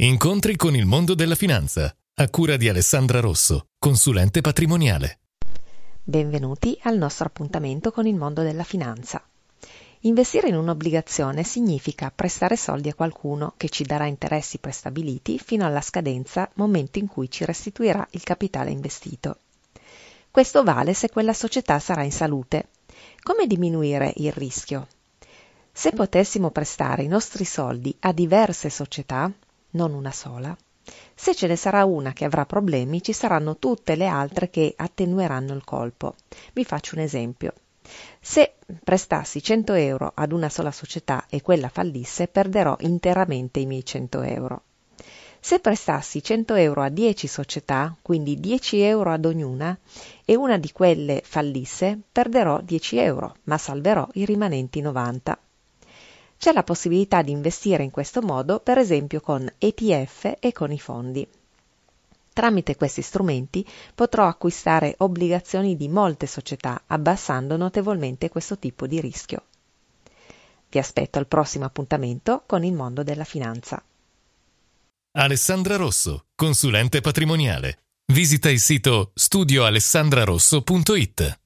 Incontri con il mondo della finanza, a cura di Alessandra Rosso, consulente patrimoniale. Benvenuti al nostro appuntamento con il mondo della finanza. Investire in un'obbligazione significa prestare soldi a qualcuno che ci darà interessi prestabiliti fino alla scadenza, momento in cui ci restituirà il capitale investito. Questo vale se quella società sarà in salute. Come diminuire il rischio? Se potessimo prestare i nostri soldi a diverse società, non una sola, se ce ne sarà una che avrà problemi, ci saranno tutte le altre che attenueranno il colpo. Vi faccio un esempio. Se prestassi 100 euro ad una sola società e quella fallisse, perderò interamente i miei 100 euro. Se prestassi 100 euro a 10 società, quindi 10 euro ad ognuna, e una di quelle fallisse, perderò 10 euro, ma salverò i rimanenti 90. C'è la possibilità di investire in questo modo, per esempio con ETF e con i fondi. Tramite questi strumenti potrò acquistare obbligazioni di molte società, abbassando notevolmente questo tipo di rischio. Vi aspetto al prossimo appuntamento con il mondo della finanza. Alessandra Rosso, consulente patrimoniale. Visita il sito studioalessandrarosso.it.